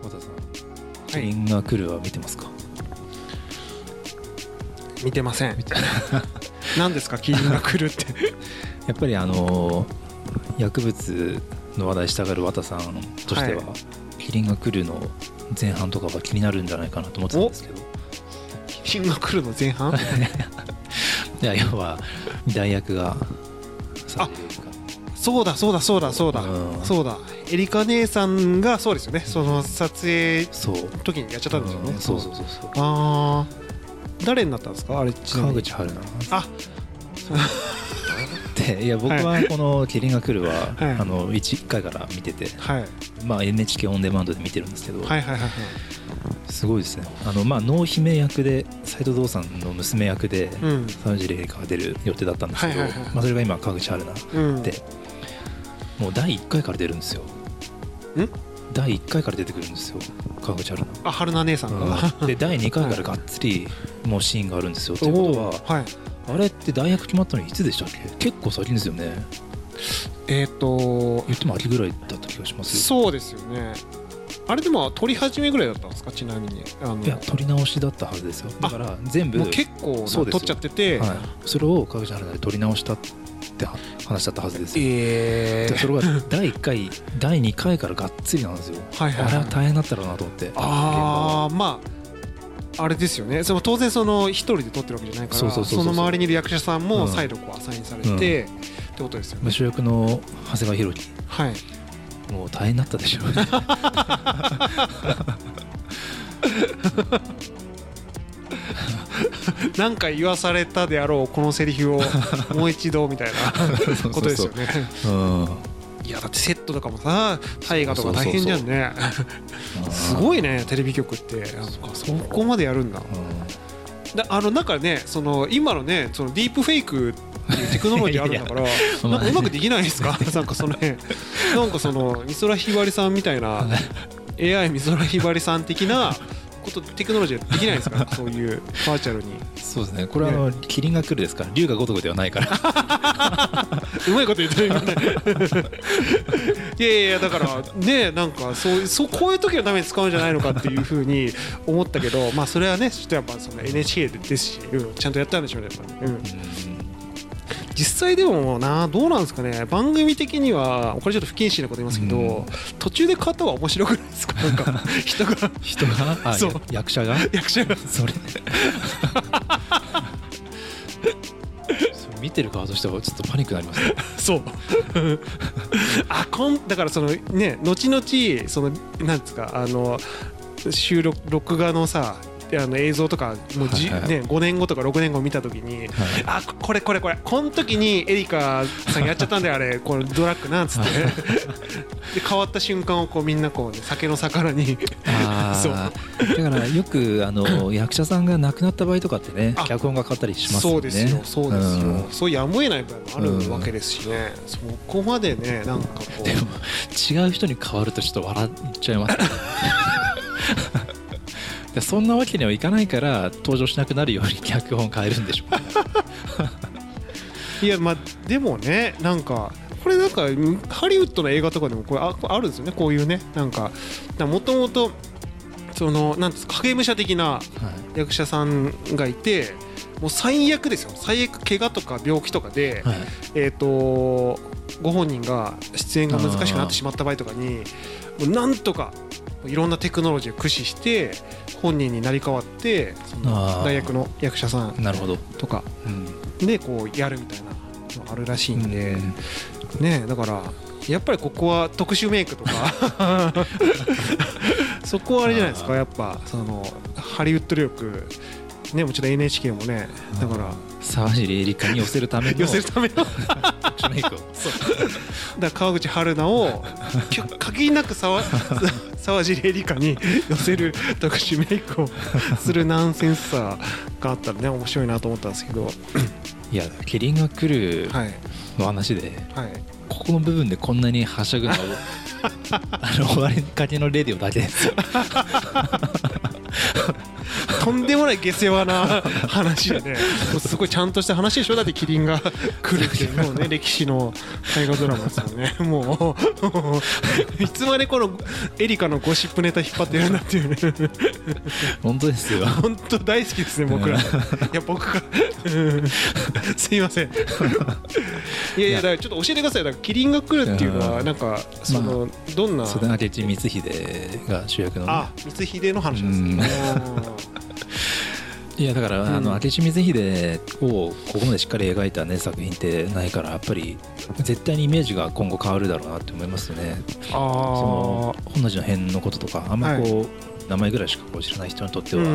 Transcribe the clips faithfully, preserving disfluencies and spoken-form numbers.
田さん、キリンが来るは見てますか？ 見てません。何ですかキリンが来るってやっぱりあの薬物の話題したがる綿さんとしては、はい、キリンが来るの前半とかは気になるんじゃないかなと思ってたんですけど。 キリンが来るの前半いや要は代役があそうだそうだそうだそうだ、うん、そうだエリカ姉さんがそうですよね、その撮影の時にやっちゃったんですよね。 そうそうそうそう。 ああ誰になったんですかあれ？ 川口春奈。 あでいや僕はこのキリンが来るは、はい、あのいっかいから見てて、はい、まあ エヌエイチケー オンデマンドで見てるんですけど、はいはいはいはい、すごいですね。あのまあ濃姫役で斉藤道さんの娘役で沢尻エリカが出る予定だったんですけど、まあそれが今川口春奈で、うん、もうだいいっかいから出るんですよ。んだいいっかいから出てくるんですよ川口春奈。 あ春奈姉さんが、 うん、でだいにかいからがっつりもうシーンがあるんですよ。ということは、はい、あれって代役決まったのいつでしたっけ？結構先ですよね。 えっと言っても秋ぐらいだった気がしますよ。 そうですよね。あれでも撮り始めぐらいだったんですかちなみに？あのいや撮り直しだったはずですよ。だから全部もう結構撮っちゃってて、 はい、それを川口春奈で撮り直したって話だったはずですよ。 えー、 でそれがだいいっかいだいにかいからがっつりなんですよ。はいはいはい、あれは大変だったろうなと思って。 ああまああれですよね。その当然その一人で撮ってるわけじゃないから、その周りにいる役者さんも再度こうアサインされて、うん、ってことですよね。 主役の長谷川博己、 はい、 もう大変だったでしょうね。 なんか言わされたであろうこのセリフをもう一度みたいなことですよね。いやだってセットとかもさ大河とか大変じゃんね。すごいねテレビ局ってなんかそこまでやるんだ。だあのなんかねその今のねそのディープフェイクっていうテクノロジーあるんだからなんかうまくできないですか？なんかそのねなんかその美空ひばりさんみたいな エーアイ 美空ひばりさん的なことテクノロジーできないですか？そういうバーチャルに。 そうですね。これはあのキリンが来るですから龍が如くではないからうまいこと言ってるみたいな。いやいやだからねなんかそうそうこういう時のために使うんじゃないのかっていうふうに思ったけど、まあそれはねちょっとやっぱその エヌエイチケー ですし、うん、ちゃんとやったんでしょうねやっぱり、うん、実際でもなどうなんですかね。番組的にはこれちょっと不謹慎なこと言いますけど、うん、途中で変わった方が面白くないですか？なんか人が人があそう役者が役者がそれ見てる側としてはちょっとパニックになりますね。 そうあこんだからそのね後々そのなんですかあの収録録画のさあの映像とかもうじ、はいはいね、ごねんごとかろくねんご見たときに、はい、あこれこれこれこの時にエリカさんやっちゃったんだよあれこれドラッグなんつってで変わった瞬間をこうみんなこう、ね、酒の魚にあそうだからよくあの役者さんが亡くなった場合とかってね脚本が変わったりしますよね。 そうですよそうですよ、うん、そうやむを得ない場合もあるわけですしね、うん、そこまでねなんかこうでも違う人に変わるとちょっと笑っちゃいますねそんなわけにはいかないから登場しなくなるように脚本変えるんでしょういやまあでもねなんかこれなんかハリウッドの映画とかでもこれ あ, あるんですよねこういうねなんかもともとそのなんですか影武者的な役者さんがいて、はい、もう最悪ですよ最悪怪我とか病気とかで、はい、えっ、ー、とご本人が出演が難しくなってしまった場合とかにもうなんとかいろんなテクノロジーを駆使して本人になり変わってその大役の役者さんとかでこうやるみたいなのあるらしいんで、うんね、だからやっぱりここは特殊メイクとかそこはあれじゃないですかやっぱそのハリウッド力ねもちろん エヌエイチケー もねだから沢尻エリカに寄せるための寄せるための特殊メイクをそうだから川口春奈を限りなく沢尻エリカに寄せる特殊メイクをするナンセンスさがあったらね面白いなと思ったんですけどいやキリンが来るの話で、はいはい、ここの部分でこんなにはしゃぐのはあの終わりかけのレディオだけですよとんでもない下世話な話でねもうすごいちゃんとした話でしょ。だってキリンが来るっていうもうね歴史の大河ドラマですよね。もういつまでこのエリカのゴシップネタ引っ張ってるんだっていうね本当ですよ。 本当大好きですね僕らいや僕がすいませんいやいやだからちょっと教えてください。だからキリンが来るっていうのはなんかその、まあ、どんなそれ明智光秀が主役の、ね、 あ光秀の話なんですね。 いやだから、うん、あの明智光秀をここまでしっかり描いた、ね、作品ってないからやっぱり絶対にイメージが今後変わるだろうなって思いますよね。あその本能寺の変のこととかあんまこう、はい、名前ぐらいしかこう知らない人にとっては、うん、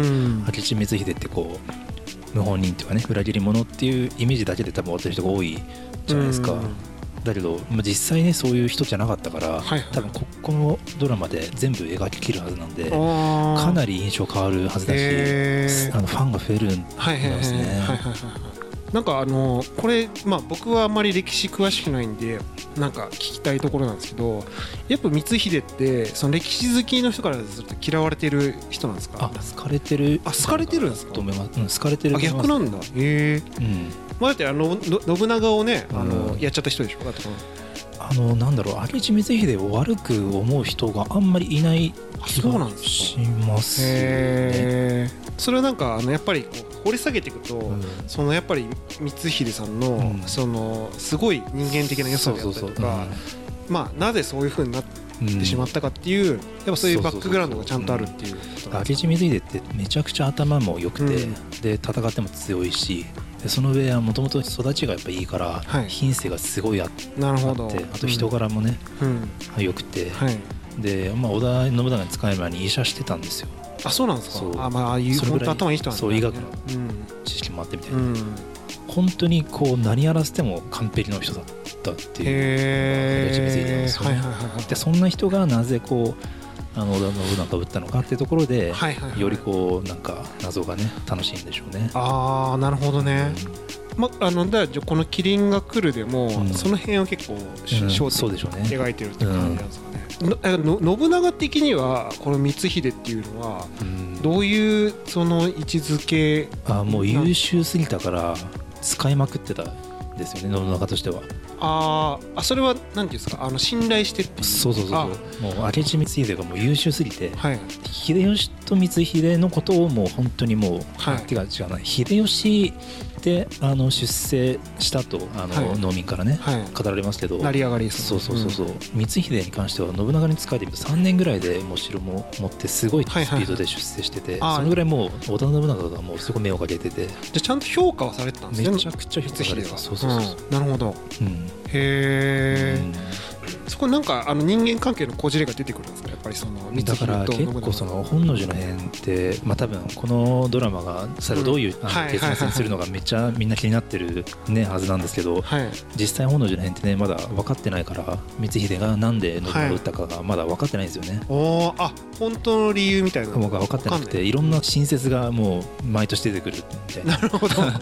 明智光秀ってこう無本人っていうかね裏切り者っていうイメージだけで多分終わってる人が多いじゃないですか。うんだけど、まあ、実際ねそういう人じゃなかったから、はいはい、多分ここのドラマで全部描ききるはずなんでかなり印象変わるはずだしあのファンが増えるんですね。 なんかあのこれ、まあ、僕はあんまり歴史詳しくないんでなんか聞きたいところなんですけどやっぱ光秀ってその歴史好きの人からすると嫌われてる人なんですか。 あ好かれてるあ好かれてるんですかと思います、うん、好かれてるあ逆なんだ。へえ、うんまあ、だってあの信長をねあの、うん、やっちゃった人でしょ。だってあのなんだろう明智光秀を悪く思う人があんまりいない気がしますね。 へそれはなんかあのやっぱりこう掘り下げていくと、うん、そのやっぱり光秀さんの、うん、そのすごい人間的な良さであったりとかまあなぜそういう風になってしまったかっていう、うん、やっぱそういうバックグラウンドがちゃんとあるっていう。 明智光秀ってめちゃくちゃ頭も良くて、うん、で戦っても強いしでその上はもともと育ちがやっぱいいから、はい、品性がすごいあって、なるほどあと人柄もね、うん、良くて、はい、で、まあ、織田信長に仕える前に医者してたんですよ。 あそうなんですか。あまあいう本当頭いい人なんですね。 そう医学の知識もあってみたいな、うん、本当にこう何やらせても完璧な人だったっていうのが明智光秀なんですよね。でそんな人がなぜこうあの織田信長を撃ったのかっていうところで、はいはいはい、よりこうなんか謎がね楽しいんでしょうね。 ああなるほどね、うんま、あのだこの「キリンが来る」でも、うん、その辺を結構焦点に描いてるって感じなんですかね。うん、信長的にはこの光秀っていうのはどういうその位置づけ、 うん、あもう優秀すぎたから使いまくってたですよね信長としては。 ああそれは何ていうんですかあの信頼してっていう。 そうそうそうそうもう明智光秀がもう優秀すぎて、はい、秀吉と光秀のことをもう本当にもう、はい、手が違うな秀吉であの出世したとあの、はい、農民からね、はい、語られますけど成り上がりですね。そうそうそうそう、うん、光秀に関しては信長に仕えてみるとさんねんぐらいでもう城も持ってすごいスピードで出世してて、はいはいはい、そのぐらいもう織田信長がもうすごい目をかけててじゃあちゃんと評価はされてたんですね。 めちゃくちゃ評価されてた。そうそうそうそう、 うん、なるほど、うん、へえ、うんそこなんかあの人間関係のこじれが出てくるんですかやっぱりそのだから結構その本能寺の変ってまあ多分このドラマが最後どういう結末にするのがめっちゃみんな気になってるねはずなんですけど実際本能寺の変ってねまだ分かってないから光秀がなんで信長を撃ったかがまだ分かってないんですよね。 おあ本当の理由みたいなのが分かってなくていろんな新説がもう毎年出てくるみたいな。 なるほどだ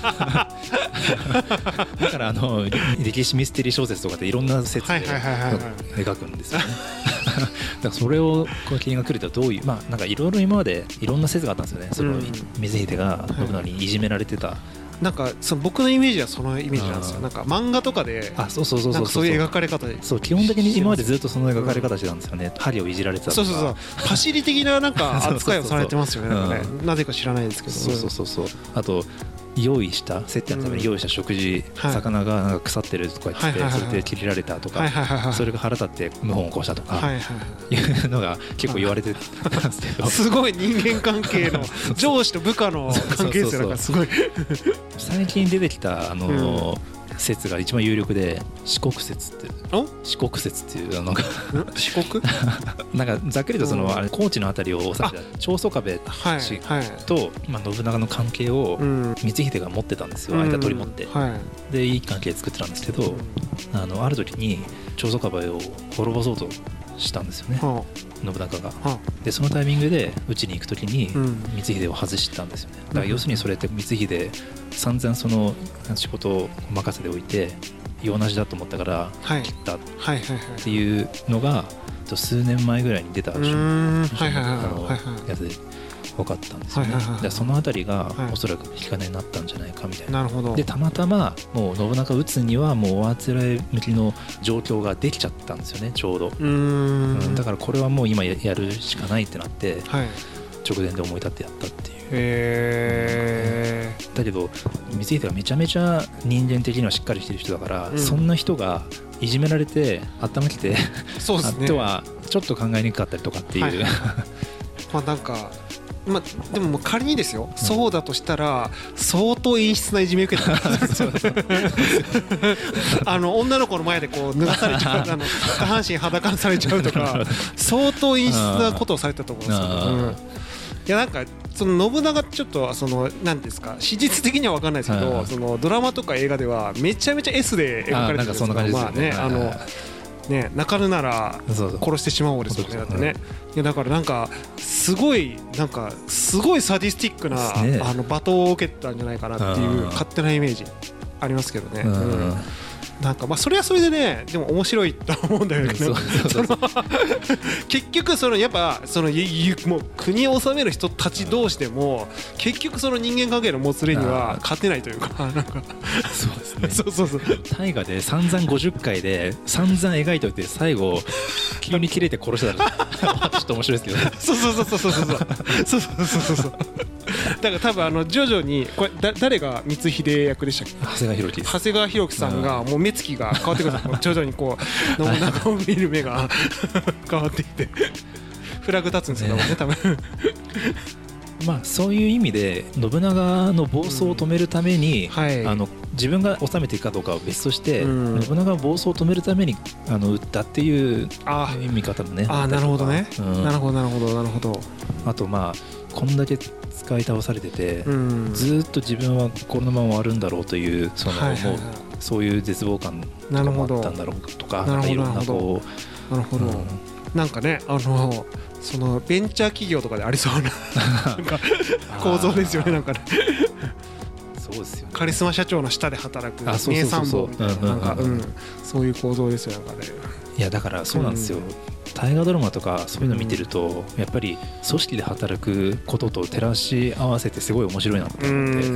からあの歴史ミステリー小説とかっていろんな説で描くんですよね。だからそれをこのキリンが来るとどういうまあなんかいろいろ今までいろんな説があったんですよね。その光秀が信長にいじめられてた、 なんかその僕のイメージはそのイメージなんですよ。なんか漫画とかであそうそうそうそうそういう描かれ方でそう基本的に今までずっとその描かれ方してたんですよね。針をいじられてたとかそうそうそうパシリ的ななんか扱いをされてますよね。なんかねなぜか知らないですけどそうそうそうそうあと用意した接待のために用意した食事、うん、魚がなんか腐ってるとか言って、はい、それで切られたとか、はいはいはいはい、それが腹立って謀反を起こしたとか、はいはい、いうのが結構言われてたんですけどすごい人間関係の上司と部下の関係性がすごい最近出てきたあのーうん説が一番有力で四国説って四国説っていうのが四国なんかざっくりとそのあれ高知のあたりを治めた長宗我部氏とまあ信長の関係を光秀が持ってたんですよ。間取り持ってでいい関係作ってたんですけどあのある時に長宗我部を滅ぼそうとしたんですよね信長が。でそのタイミングで討ちに行く時に光秀を外したんですよね。だから要するにそれって光秀散々その仕事を任せておいて用なしだと思ったから切ったっていうのが数年前ぐらいに出たやつで分かったんですよね、はいはいはい、でそのあたりがおそらく引き金になったんじゃないかみたいな、 なるほど。 でたまたまもう信長討つにはもうおあつらい向きの状況ができちゃったんですよねちょうど。うーん、うん、だからこれはもう今やるしかないってなって、はい、直前で思い立ってやったっていう。 へー、 うん、だけど光秀がめちゃめちゃ人間的にはしっかりしてる人だから、うん、そんな人がいじめられて頭きてそうですね、 あとはちょっと考えにくかったりとかっていう、はい、 まあなんかまあ、でももう仮にですよ、うん、そうだとしたら相当陰湿ないじめ受けたあの女の子の前でこう脱がされちゃうあの下半身裸にされちゃうとか相当陰湿なことをされたと思うんですよ、うん、いやなんかその信長ちょっとその何ですか史実的には分かんないですけど、そのドラマとか映画ではめちゃめちゃ エス で描かれてるんですけど、まあね、あのね、泣かぬなら殺してしまおうですよね。だってね、いやだからなんかすごいなんかすごいサディスティックな、ね、あの罵倒を受けたんじゃないかなっていう勝手なイメージありますけどね。うん、なんかまあそれはそれでね、でも面白いと思うんだけどね。結局そのやっぱそのもう国を治める人たち同士でも結局その人間関係のもつれには勝てないというか、なんかそうですね。 そうそうそう。 大河で散々ごじゅっかいで散々描いておいて最後急に切れて殺したらちょっと面白いですけど。 そうそうそうそうそうそうそうそうそうそう。だから多分あの徐々にこれだ誰が光秀役でしたっけ？ 長谷川博己です。 長谷川博己さんがもう目つきが変わってくるんですよ。徐々にこう信長を見る目が変わっていってフラグ立つんですよね、多分。 まあそういう意味で信長の暴走を止めるために、うん、はい、あの自分が治めていくかどうかは別として、うん、信長の暴走を止めるためにあの撃ったっていう見方もね。 ああ、なるほどね、うん、なるほどなるほどなるほど。 あとまあこんだけ使い倒されてて、うん、ずっと自分はこのまま終わるんだろうというその、はいはいはい、もうそういう絶望感とかもあったんだろうとか、なんかいろんなこう、なるほど、うん、なんかね、あのそのベンチャー企業とかでありそうななんか構造ですよね、なんかね。 そうですよね、 カリスマ社長の下で働く名参謀みたいな、なんかそういう構造ですよ、なんかね。 いやだからそうなんですよ、うん、大河ドラマとかそういうの見てると、やっぱり組織で働くことと照らし合わせてすごい面白いなって思って。うん、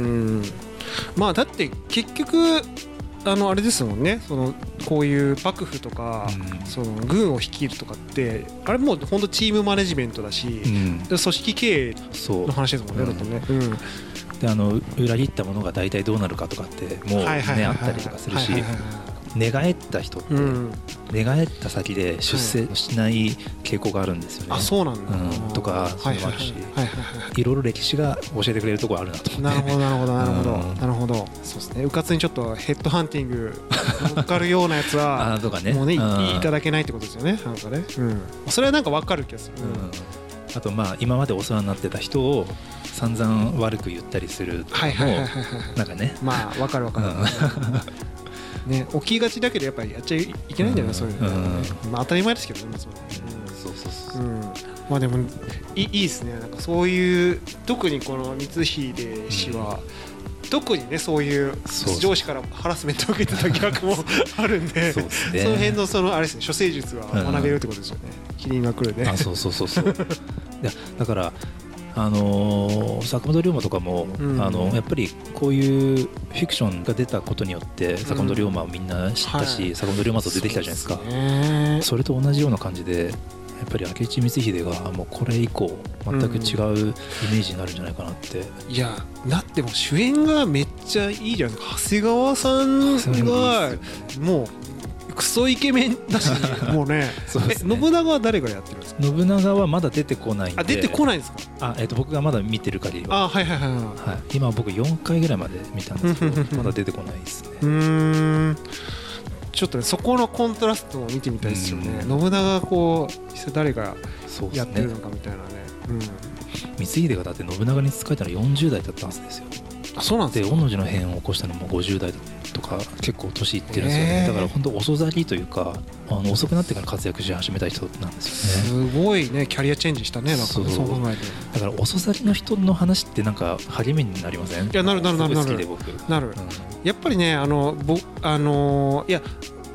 まあだって結局あのあれですもんね、そのこういう幕府とか、うん、その軍を率いるとかってあれもう本当チームマネジメントだし、うん、組織経営の話ですもんね、だとね。うん、 であの裏切ったものが大体どうなるかとかってもうねあったりとかするし、寝返った人って、うん、寝返った先で出世しない傾向があるんですよね。 あ、そうなんだ、 うん、とかそういうのもあるし、いろいろ歴史が教えてくれるところあるなと思って。 なるほどなるほどなるほど、うん、なるほど。そうですね、うかつにちょっとヘッドハンティング乗っかるようなやつはとか、ね、 もうね、うん、いただけないってことですよね、なんかね、うん、それはなんか分かる気がする、うん、 あとまあ今までお世話になってた人を散々悪く言ったりするとかもなんかね、 まあ分かる分かる、うんね、起きがちだけどやっぱりやっちゃいけないんだよね、うん、そういうの、ね、うん、まあ、当たり前ですけどね、そうね、うん、そうそうそう、うん、まあでもいいいですね、なんかそういう特にこの光秀氏は、うん、特にねそういう上司からハラスメントを受けてた疑惑もあるんで、そうですね、その辺のそのあれですね、処世術は学べるってことですよね、うん、キリンが来るね。 あ、そうそうそうそう。いやだからあのー、坂本龍馬とかも、うん、あのやっぱりこういうフィクションが出たことによって坂本龍馬をみんな知ったし、うん、はい、坂本龍馬像出てきたじゃないですか。 そうですね、それと同じような感じでやっぱり明智光秀がもうこれ以降全く違うイメージになるんじゃないかなって、うん、いやだってもう主演がめっちゃいいじゃないですか。長谷川さんがもうクソイケメンだしもうねそうですね。信長は誰がやってるんですか？ 信長はまだ出てこないんで。 あ、出てこないんですか？ あ、えー、と僕がまだ見てる限りは。 あ、はいはいはい、はい、 今僕よんかいぐらいまで見たんですけどまだ出てこないですね。 うーん、ちょっとねそこのコントラストを見てみたいですよね。信長がこう実際誰がやってるのかみたいなね。うん、 光秀がだって信長に仕えたのよんじゅう代だったはずですよ。 あ、そうなんですか。 で、御の字の変を起こしたのもごじゅう代とか結構年いってるんですよね。だから本当遅咲きというか、あの遅くなってから活躍し始めた人なんですよね。すごいね、キャリアチェンジしたね、なんかそう考えて。 だから遅咲きの人の話ってなんか励みになりません？いや、なるなるなるなる。 好きで僕。 なる。うん、やっぱりね、あのぼあのいや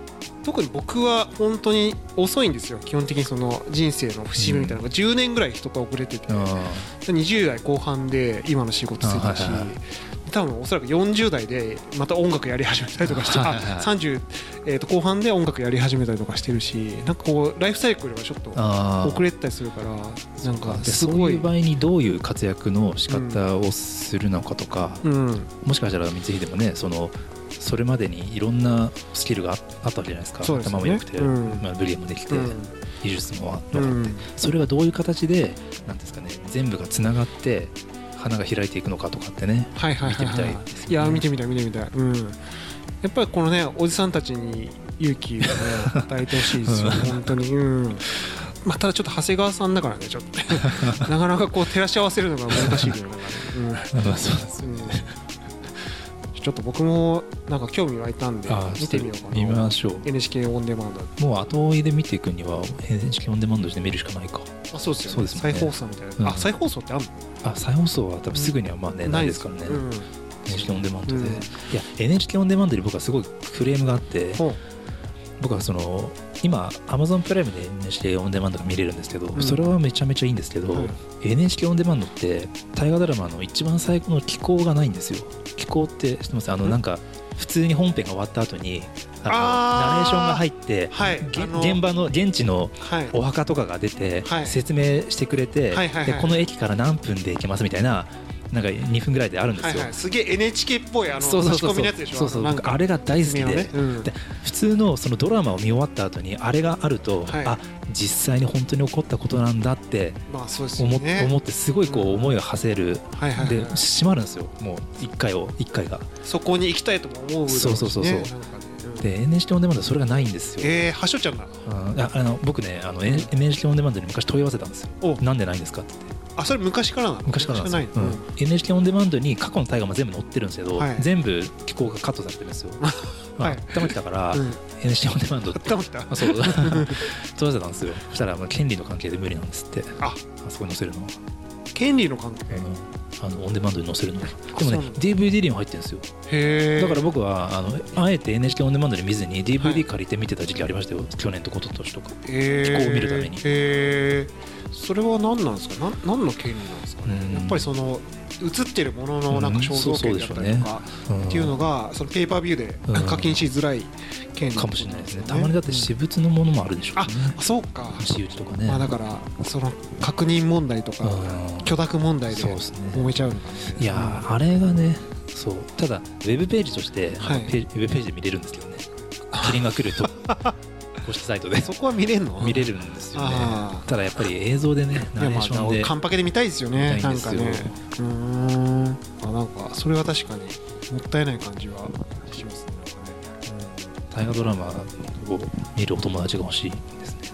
特に僕は本当に遅いんですよ。基本的にその人生の節目みたいなのがじゅうねんぐらい人と遅れてて、うん、にじゅう代後半で今の仕事してたし、はいはいはい、多分おそらくよんじゅう代でまた音楽やり始めたりとかして、はいはいはい、さんじゅう、えー、と後半で音楽やり始めたりとかしてるし、なんかこうライフサイクルがちょっと遅れてたりするから、なんかすごいそういう場合にどういう活躍の仕方をするのかとか、うん、もしかしたら光秀もね、そのそれまでにいろんなスキルがあったわけじゃないですか。 そうですね、 頭も良くて、うんまあ、ブリエもできて、うん、技術も分かって、うん、それがどういう形でなんですかね、全部がつながって花が開いていくのかとかってね、 はいはいはいはい、見てみたいですよね。いや見てみたい見てみたい、うん、やっぱりこのねおじさんたちに勇気をね与えてほしいですよ、うん、本当に、うんまあ、ただちょっと長谷川さんだからね、ちょっとなかなかこう照らし合わせるのが難しいけど、なんかね、うん、そうですよね、うん、ちょっと僕もなんか興味湧いたんで見てみようかな。 見ましょう。 エヌエイチケー オンデマンド。 もう後追いで見ていくには エヌエイチケー オンデマンドで見るしかないか。 あ、そうですよね、そうですね、再放送みたいな、うん、あ、再放送ってあるの？ あ、再放送は多分すぐにはまあね、うん、ないですからね、うん、エヌエイチケー オンデマンドで、うん、いや エヌエイチケー オンデマンドに僕はすごいクレームがあって、僕はその今 Amazon プライムで エヌエイチケー オンデマンドが見れるんですけど、うん、それはめちゃめちゃいいんですけど、うん、エヌエイチケー オンデマンドって大河ドラマの一番最後の寄稿がないんですよ。寄稿って知ってます？あのなんか普通に本編が終わった後にあのナレーションが入って、はい、現場の現地のお墓とかが出て説明してくれて、はいはいはいはい、でこの駅から何分で行けますみたいな、なんかにふんぐらいであるんですよ、はいはい、 すげえ エヌエイチケー っぽいあの差し込みのやつでしょ。 そうそうそうそう、あれが大好きで、ねうん、で普通のそのドラマを見終わった後にあれがあると、はい、あ実際に本当に起こったことなんだって思ってすごいこう思いが馳せる、はいはいはい、で閉まるんですよ、もういっかいをいっかいがそこに行きたいとも思う、ね、 そうそうそうそう、で エヌエイチケー オンデマンドそれがないんですよ。 えー、はしょちゃんだ。 ああの僕ねあの エヌエイチケー オンデマンドに昔問い合わせたんですよ。なんでないんですかって言って。 あ、それ昔からなの？ 昔からなんですよ、うん、エヌエイチケー オンデマンドに過去の大河も全部載ってるんですけど、はい、全部寄稿がカットされてるんですよまあ、頭きたから、うん、エヌエイチケー オンデマンドって頭きた？ あ、そう問い合わせたんですよ。そしたら権利の関係で無理なんですって。あ、あそこに載せるのは権利の関係、 うん、あのオンデマンドに載せるのはでもね ディーブイディー にも入ってるんですよ。 へー。だから僕はあのあえて エヌエイチケー オンデマンドに見ずに ディーブイディー 借りて見てた時期ありましたよ、はい、去年とこと年とか寄稿を見るために。 へー。それは何なんですか？な何の権利なんですかね、うん、やっぱりその映ってるもののなんか肖像権だったりとかっていうのがそのペーパービューで課金しづらい権利かもしれないですね。たまにだって私物のものもあるでしょうね。 あ、そうか。 私有地とかね。 まあだからその確認問題とか許諾問題で揉めちゃうのかね。 いやあれがね、そう。ただウェブページとしてウェブページで見れるんですけどね。キリンが来ると。公式サイトでそこは見れるの？ 見れるんですよね。ただやっぱり映像でね、ナレーションでカンパケで見たいですよね。なんかね、うーん、あ、なんかそれは確かにもったいない感じはしますね。 大河ドラマを見るお友達が欲しいですね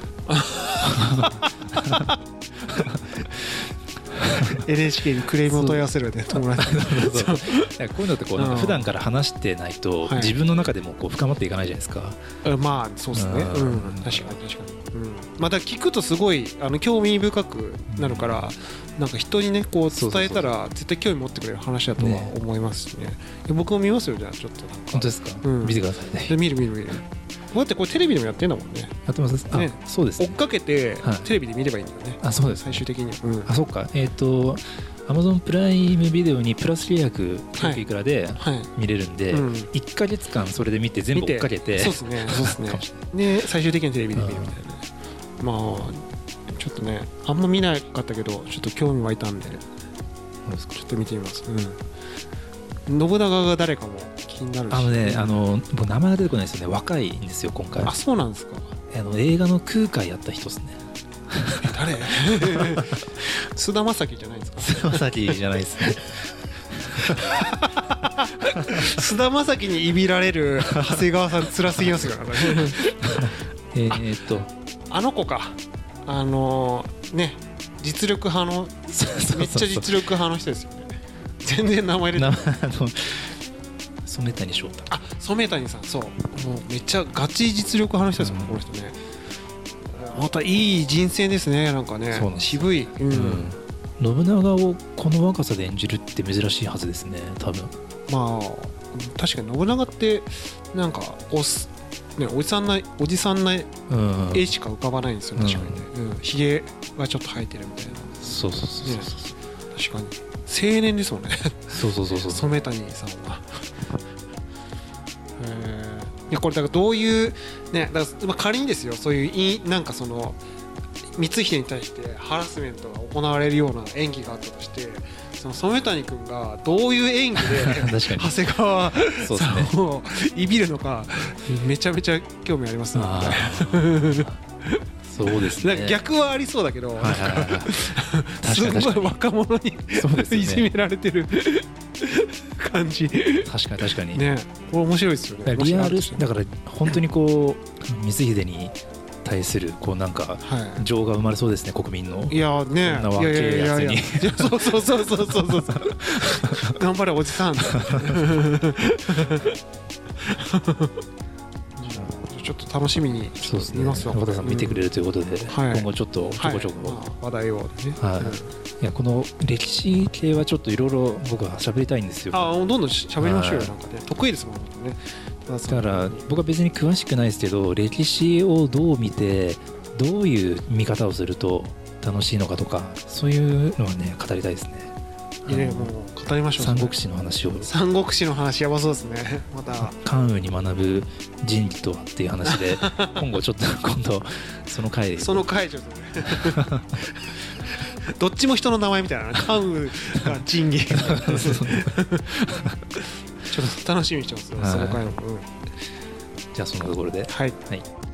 エヌエイチケー にクレームを問い合わせるで友達こういうのってこうなんか普段から話してないと自分の中でもこう深まっていかないじゃないですか。 まあそうですね、うん、確かに確かに、うん、また聞くとすごいあの興味深くなるから、うん、なんか人にねこう伝えたら絶対興味持ってくれる話だとは思いますしね。僕も見ますよ。じゃあちょっとなんか本当ですか、うん、見てくださいね。 で見る見る見る。こうやってこれテレビでもやってんだもんね。 やってます。あ、そうです、ね。 追っかけてテレビで見ればいいんだよね。 あ、そうです。 最終的に。 うん、あ、そうか。えっと Amazon プライムビデオにプラス契約きゅうひゃくいくらで見れるんで、はいはい、うん、いっかげつかんそれで見て全部追っかけて、 そうですね。そうですね。で最終的にテレビで見るみたいな。まあちょっとねあんま見なかったけどちょっと興味湧いたんで、ちょっと見てみます。うん。信長が誰かも気になるし。 あのね、あの僕名前が出てこないですよね。若いんですよ今回。 あ、そうなんですか。 あの映画の空海やった人ですね。 誰？菅田将暉じゃないですか。 菅田将暉じゃないですね。 菅田将暉にいびられる長谷川さん辛すぎますからね。 えっとあの子か。あのー、ね実力派のめっちゃ実力派の人ですよね。全然名前出てない。 染谷翔太。 あ、染谷さん、そう。もうめっちゃガチ実力派の人ですよ、うん、この人ね。またいい人生ですね。なんかね渋い、うんうん、 信長をこの若さで演じるって珍しいはずですね多分。 まあ確かに信長ってなんかこうね、おじさんなおじさんな絵しか浮かばないんですよ、確かにね、うん、ひげがちょっと生えてるみたいな。 そうそうそうそう、ね、 確かに青年ですもんね。 そうそうそうそう、 染谷さんはえー、いやこれだからどういうね、だから仮にですよ、そういうなんかその光秀に対してハラスメントが行われるような演技があったとして、その染谷君がどういう演技で長谷川さんをいびるのかめちゃめちゃ興味ありますね。 そうですね。 逆はありそうだけど、すごい若者にいじめられてる感じ。 確かに確かに。 ね、これ面白いですよね。 リアルだから本当にこう光秀に対するこうなんか情が生まれそうですね、国民の。 いやね、 こんな若いやつに。 そうそうそうそうそうそう。頑張れおじさん。ちょっと楽しみに見ますわ。 小田さん見てくれるということで、今後ちょっとちょこちょこ話題をね。 いやこの歴史系はちょっといろいろ僕は喋りたいんですよ。 あ、どんどん喋りましょうよ。なんかね、得意ですもんね。 だから僕は別に詳しくないですけど、歴史をどう見てどういう見方をすると楽しいのかとか、そういうのはね語りたいですね。 いやもう語りましょう。 三国志の話を。 三国志の話やばそうですね。また関羽に学ぶ仁義とはっていう話で今後ちょっと今度その回でその回ちょっとねどっちも人の名前みたいな、関羽が仁義ちょっと楽しみにしてます、その回も。 じゃあそのところで、 はい、 はい。